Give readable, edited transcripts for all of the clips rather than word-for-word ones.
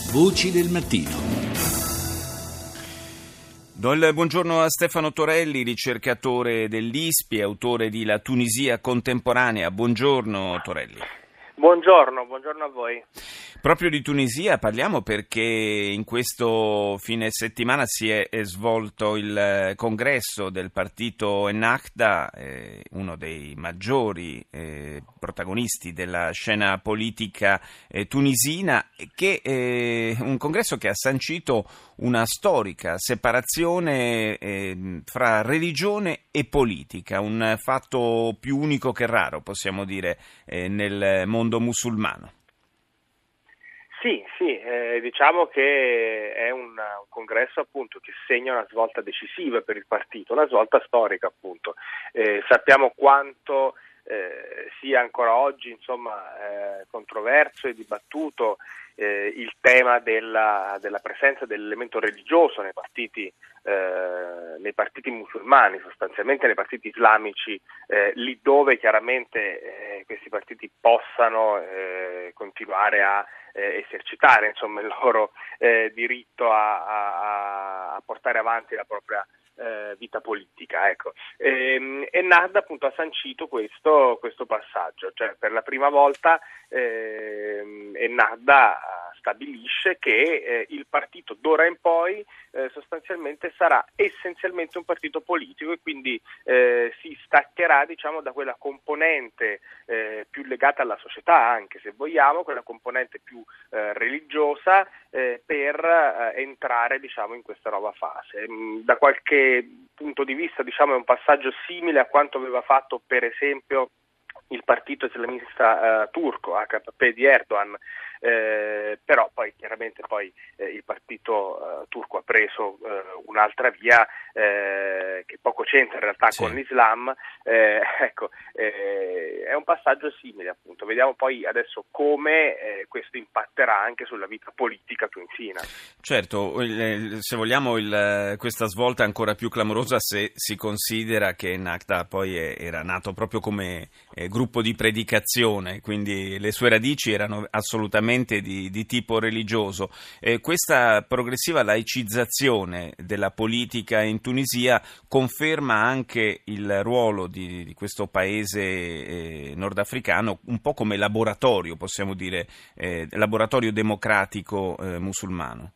Voci del mattino. Do il buongiorno a Stefano Torelli, ricercatore dell'ISPI, autore di La Tunisia contemporanea. Buongiorno Torelli. Buongiorno a voi. Proprio di Tunisia parliamo perché in questo fine settimana si è svolto il congresso del partito Ennahda, uno dei maggiori protagonisti della scena politica tunisina, un congresso che ha sancito una storica separazione fra religione e politica, un fatto più unico che raro, possiamo dire, nel mondo musulmano. Sì, diciamo che è un congresso appunto che segna una svolta decisiva per il partito, una svolta storica appunto. Sappiamo quanto sia ancora oggi controverso e dibattuto il tema della presenza dell'elemento religioso nei partiti musulmani, sostanzialmente nei partiti islamici, lì dove chiaramente questi partiti possano continuare a esercitare il loro diritto a portare avanti la propria vita politica, ecco. Ennahda appunto ha sancito questo passaggio, cioè per la prima volta Ennahda stabilisce che il partito d'ora in poi sostanzialmente sarà essenzialmente un partito politico e quindi si staccherà da quella componente più legata alla società, anche se vogliamo, quella componente più religiosa per entrare in questa nuova fase. Da qualche punto di vista è un passaggio simile a quanto aveva fatto per esempio il partito islamista turco, AKP di Erdogan, però poi chiaramente il partito turco ha preso un'altra via che poco c'entra in realtà con l'Islam, è un passaggio simile appunto. Vediamo poi adesso come questo impatterà anche sulla vita politica tunisina. Certo, se vogliamo questa svolta è ancora più clamorosa se si considera che Ennahda poi era nato proprio come gruppo di predicazione, quindi le sue radici erano assolutamente di tipo religioso. Questa progressiva laicizzazione della politica in Tunisia conferma anche il ruolo di questo paese nordafricano un po' come laboratorio, possiamo dire, laboratorio democratico musulmano.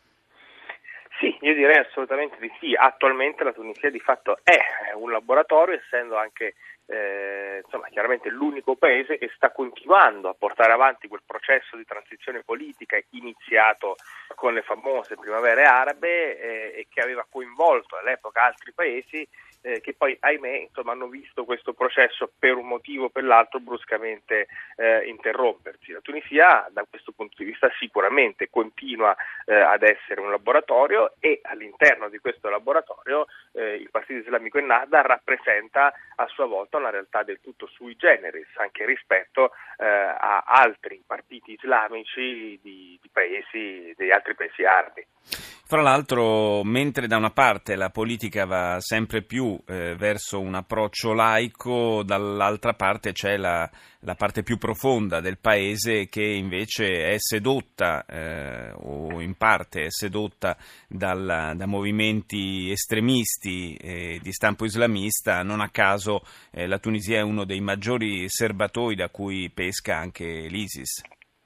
Sì, io direi assolutamente di sì. Attualmente la Tunisia di fatto è un laboratorio, essendo anche chiaramente l'unico paese che sta continuando a portare avanti quel processo di transizione politica iniziato con le famose primavere arabe e che aveva coinvolto all'epoca altri paesi che poi ahimè hanno visto questo processo per un motivo o per l'altro bruscamente interrompersi. La Tunisia da questo punto di vista sicuramente continua ad essere un laboratorio e all'interno di questo laboratorio il Partito Islamico Ennahda rappresenta a sua volta una realtà del tutto sui generis anche rispetto a altri partiti islamici di altri paesi arabi. Fra l'altro, mentre da una parte la politica va sempre più verso un approccio laico, dall'altra parte c'è la parte più profonda del paese che invece è sedotta o in parte è sedotta da movimenti estremisti di stampo islamista. Non a caso la Tunisia è uno dei maggiori serbatoi da cui pesca anche l'ISIS.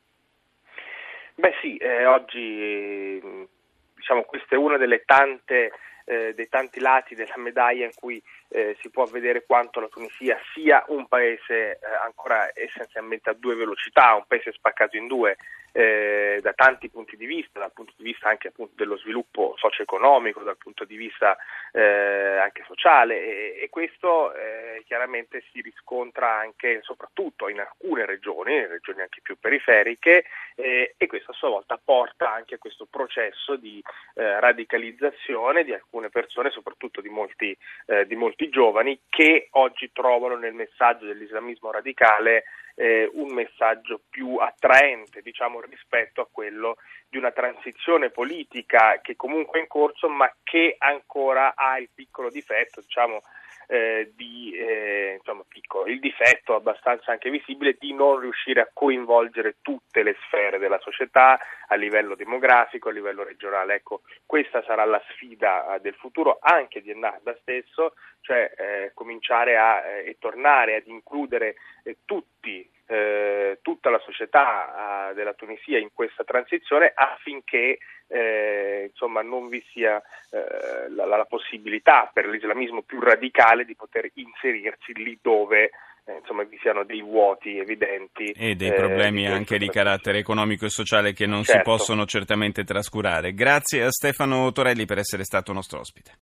Beh sì, oggi questa è una dei tanti lati della medaglia in cui si può vedere quanto la Tunisia sia un paese ancora essenzialmente a due velocità, un paese spaccato in due da tanti punti di vista, dal punto di vista anche appunto dello sviluppo socio-economico, dal punto di vista anche sociale e questo chiaramente si riscontra anche soprattutto in alcune regioni anche più periferiche e questo a sua volta porta anche a questo processo di radicalizzazione di alcune persone, soprattutto di molti giovani che oggi trovano nel messaggio dell'islamismo radicale un messaggio più attraente, rispetto a quello di una transizione politica che comunque è in corso, ma che ancora ha il piccolo difetto, piccolo, il difetto abbastanza anche visibile di non riuscire a coinvolgere tutte le sfere della società a livello demografico, a livello regionale. Ecco, questa sarà la sfida del futuro anche di Ennahda stesso, cioè cominciare e tornare ad includere tutta la società della Tunisia in questa transizione affinché non vi sia la possibilità per l'islamismo più radicale di poter inserirsi lì dove vi siano dei vuoti evidenti e dei problemi anche di carattere economico e sociale che non si possono certamente trascurare. Grazie a Stefano Torelli per essere stato nostro ospite.